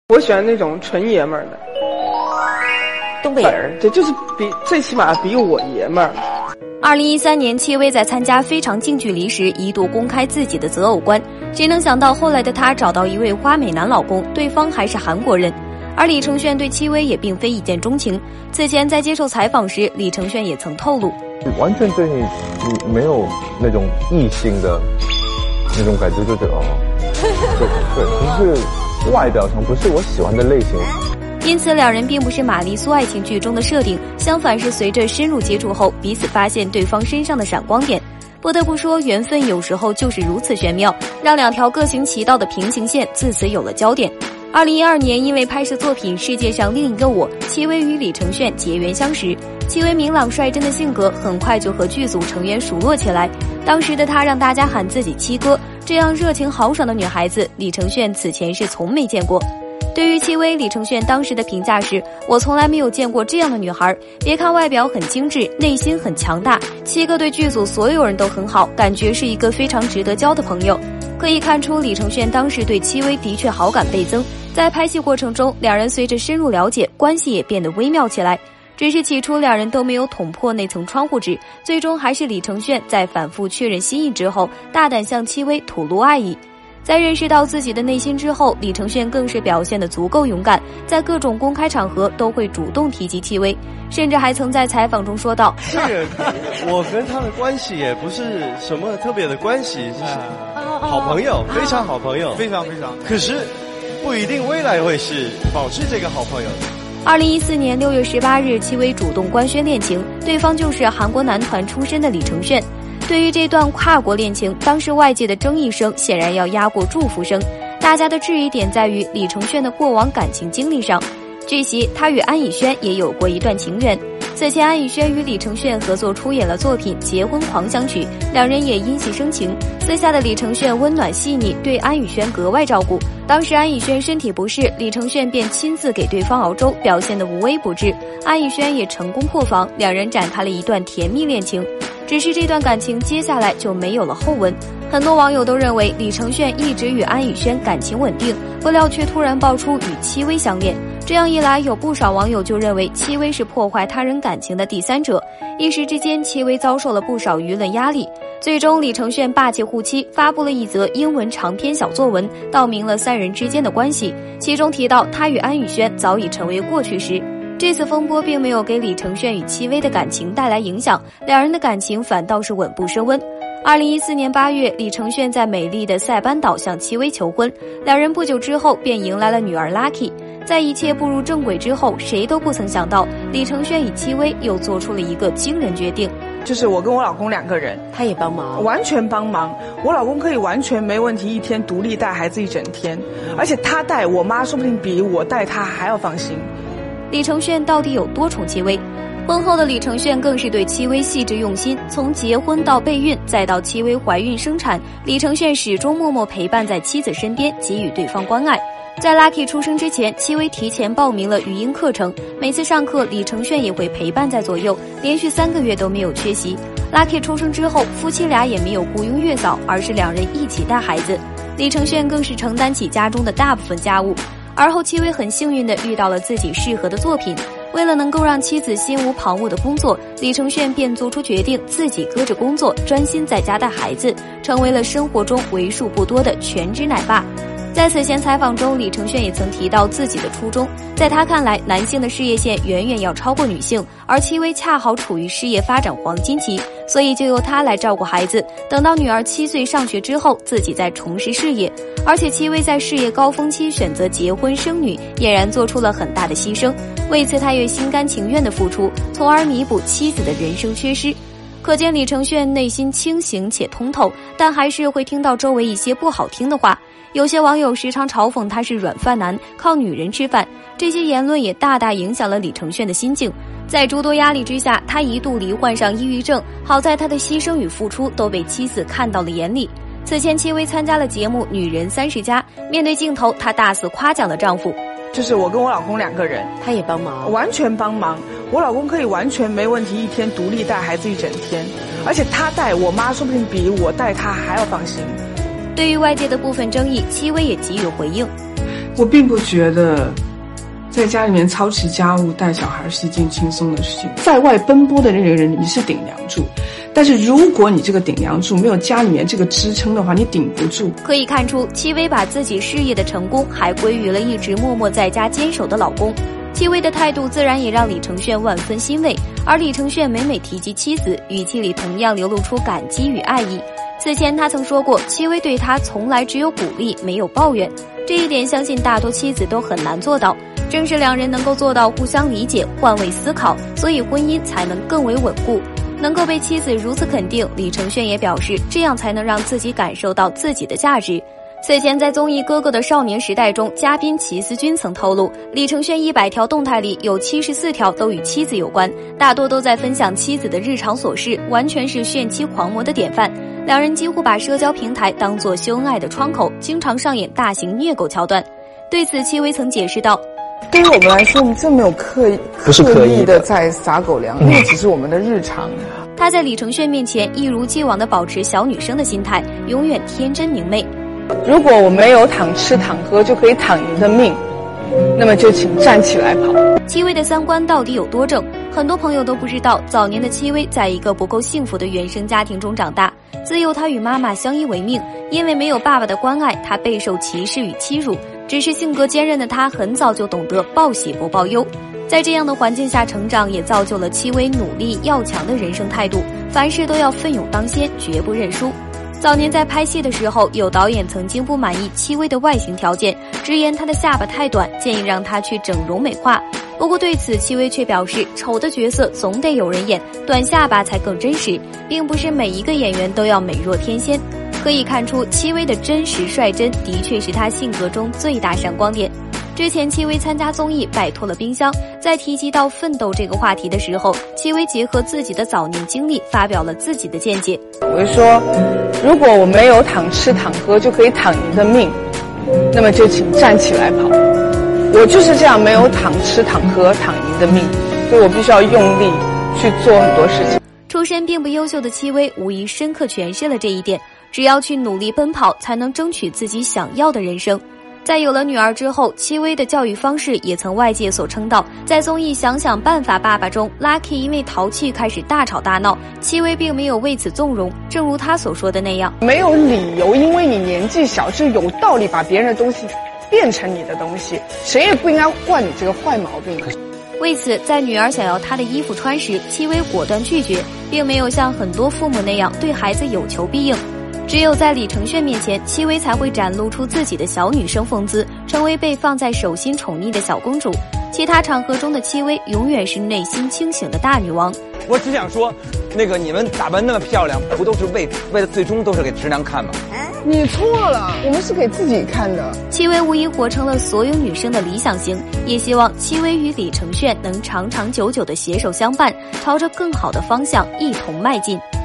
我喜欢那种纯爷们儿的， 东北人， 对，就是最起码比我爷们儿。 2013年，戚薇在参加《非常近距离》时一度公开自己的择偶观，谁能想到后来的她找到一位花美男老公，对方还是韩国人。而李承铉对戚薇也并非一见钟情。此前在接受采访时，李承铉也曾透露， 完全对你没有那种异性的那种感觉，就觉得对，不是外表上不是我喜欢的类型。 因此两人并不是玛丽苏爱情剧中的设定，相反是随着深入接触后彼此发现对方身上的闪光点。不得不说，缘分有时候就是如此玄妙，让两条各行其道的平行线自此有了交点。2012年，因为拍摄作品《世界上另一个我》，戚薇与李承铉结缘相识。戚薇明朗率真的性格很快就和剧组成员熟络起来，当时的她让大家喊自己七哥，这样热情豪爽的女孩子，李承铉此前是从没见过。对于戚薇，李承铉当时的评价是：我从来没有见过这样的女孩，别看外表很精致，内心很强大。七哥对剧组所有人都很好，感觉是一个非常值得交的朋友。可以看出，李承铉当时对戚薇的确好感倍增。在拍戏过程中，两人随着深入了解，关系也变得微妙起来。只是起初两人都没有捅破那层窗户纸，最终还是李承铉在反复确认心意之后，大胆向戚薇吐露爱意。在认识到自己的内心之后，李承铉更是表现得足够勇敢，在各种公开场合都会主动提及戚薇，甚至还曾在采访中说道： 这个我跟他的关系也不是什么特别的关系，就是好朋友，非常好朋友， 非常。 可是不一定未来会是保持这个好朋友。 2014年6月18日，戚薇主动官宣恋情，对方就是韩国男团出身的李承铉。对于这段跨国恋情，当时外界的争议声显然要压过祝福声，大家的质疑点在于李承铉的过往感情经历上。据悉，他与安以轩也有过一段情缘。此前，安以轩与李承铉合作出演了作品《结婚狂想曲》，两人也因戏生情。私下的李承铉温暖细腻，对安以轩格外照顾。当时安以轩身体不适，李承铉便亲自给对方熬粥，表现得无微不至。安以轩也成功破防，两人展开了一段甜蜜恋情。只是这段感情接下来就没有了后文，很多网友都认为李承铉一直与安以轩感情稳定，不料却突然爆出与戚薇相恋。这样一来，有不少网友就认为戚薇是破坏他人感情的第三者，一时之间戚薇遭受了不少舆论压力。最终李承铉霸气护妻，发布了一则英文长篇小作文，道明了三人之间的关系，其中提到他与安以轩早已成为过去时。这次风波并没有给李承铉与戚薇的感情带来影响，两人的感情反倒是稳步升温。2014年8月，李承铉在美丽的塞班岛向戚薇求婚，两人不久之后便迎来了女儿 Lucky。在一切步入正轨之后，谁都不曾想到李承铉与戚薇又做出了一个惊人决定， 就是我跟我老公两个人， 他也帮忙， 完全帮忙。我老公可以完全没问题，一天独立带孩子一整天，而且他带我妈说不定比我带他还要放心。 李承铉到底有多宠戚薇？婚后的李承铉更是对戚薇细致用心，从结婚到备孕，再到戚薇怀孕生产，李承铉始终默默陪伴在妻子身边，给予对方关爱。在 Lucky 出生之前，戚薇提前报名了语音课程，每次上课李承铉也会陪伴在左右，连续3个月都没有缺席。Lucky 出生之后，夫妻俩也没有雇佣月嫂，而是两人一起带孩子，李承铉更是承担起家中的大部分家务。而后戚薇很幸运地遇到了自己适合的作品，为了能够让妻子心无旁骛的工作，李承铉便做出决定，自己搁着工作，专心在家带孩子，成为了生活中为数不多的全职奶爸。在此前采访中，李承铉也曾提到自己的初衷，在他看来，男性的事业线远远要超过女性，而戚薇恰好处于事业发展黄金期，所以就由他来照顾孩子，等到女儿7岁上学之后，自己再重拾事业。而且戚薇在事业高峰期选择结婚生女，俨然做出了很大的牺牲，为此他也心甘情愿的付出，从而弥补妻子的人生缺失。可见李承铉内心清醒且通透，但还是会听到周围一些不好听的话。有些网友时常嘲讽他是软饭男，靠女人吃饭，这些言论也大大影响了李承铉的心境。在诸多压力之下，他一度罹患上抑郁症，好在他的牺牲与付出都被妻子看到了眼里。此前戚薇参加了节目《女人30加》，面对镜头，她大肆夸奖了丈夫， 就是我跟我老公两个人， 他也帮忙， 完全帮忙。我老公可以完全没问题，一天独立带孩子一整天，而且他带我妈说不定比我带他还要放心。 对于外界的部分争议，戚薇也给予回应。 我并不觉得在家里面操持家务带小孩是一件轻松的事情，在外奔波的那个人你是顶梁柱，但是如果你这个顶梁柱没有家里面这个支撑的话，你顶不住。 可以看出，戚薇把自己事业的成功还归于了一直默默在家坚守的老公。戚薇的态度自然也让李承铉万分欣慰，而李承铉每每提及妻子，语气里同样流露出感激与爱意。此前他曾说过，戚薇对他从来只有鼓励没有抱怨，这一点相信大多妻子都很难做到。正是两人能够做到互相理解、换位思考，所以婚姻才能更为稳固。能够被妻子如此肯定，李承铉也表示，这样才能让自己感受到自己的价值。此前在综艺《哥哥的少年时代》中，嘉宾齐思钧曾透露，李承铉100条动态里有74条都与妻子有关，大多都在分享妻子的日常琐事，完全是炫妻狂魔的典范。两人几乎把社交平台当作秀恩爱的窗口，经常上演大型虐狗桥段。对此，戚薇曾解释道， 对于我们来说，你真没有刻意的在撒狗粮，那只是我们的日常。 她在李承铉面前一如既往地保持小女生的心态，永远天真明媚。 如果我没有躺吃躺喝就可以躺赢的命，那么就请站起来跑。 戚薇的三观到底有多正？很多朋友都不知道，早年的戚薇在一个不够幸福的原生家庭中长大，自幼她与妈妈相依为命，因为没有爸爸的关爱，她备受歧视与欺辱。只是性格坚韧的她很早就懂得报喜不报忧，在这样的环境下成长，也造就了戚薇努力要强的人生态度，凡事都要奋勇当先，绝不认输。早年在拍戏的时候，有导演曾经不满意戚薇的外形条件，直言她的下巴太短，建议让她去整容美化。不过对此戚薇却表示，丑的角色总得有人演，短下巴才更真实，并不是每一个演员都要美若天仙。可以看出，戚薇的真实率真的确是她性格中最大闪光点。之前戚薇参加综艺摆脱了冰箱，在提及到奋斗这个话题的时候，戚薇结合自己的早年经历发表了自己的见解。 我会说，如果我没有躺吃躺喝就可以躺赢的命，那么就请站起来跑。我就是这样没有躺吃躺喝躺赢的命，所以我必须要用力去做很多事情。 出身并不优秀的戚薇无疑深刻诠释了这一点，只要去努力奔跑，才能争取自己想要的人生。在有了女儿之后，戚薇的教育方式也曾外界所称道。在综艺《想想办法爸爸》中， Lucky 因为淘气开始大吵大闹，戚薇并没有为此纵容，正如她所说的那样， 没有理由因为你年纪小就有道理把别人的东西变成你的东西，谁也不应该惯你这个坏毛病。 为此，在女儿想要她的衣服穿时，戚薇果断拒绝，并没有像很多父母那样对孩子有求必应。只有在李承铉面前，戚薇才会展露出自己的小女生风姿，成为被放在手心宠溺的小公主。其他场合中的戚薇永远是内心清醒的大女王。 我只想说，你们打扮那么漂亮，不都是为了最终都是给直男看吗？ 你错了，我们是给自己看的。 戚薇无疑活成了所有女生的理想型，也希望戚薇与李承铉能长长久久的携手相伴，朝着更好的方向一同迈进。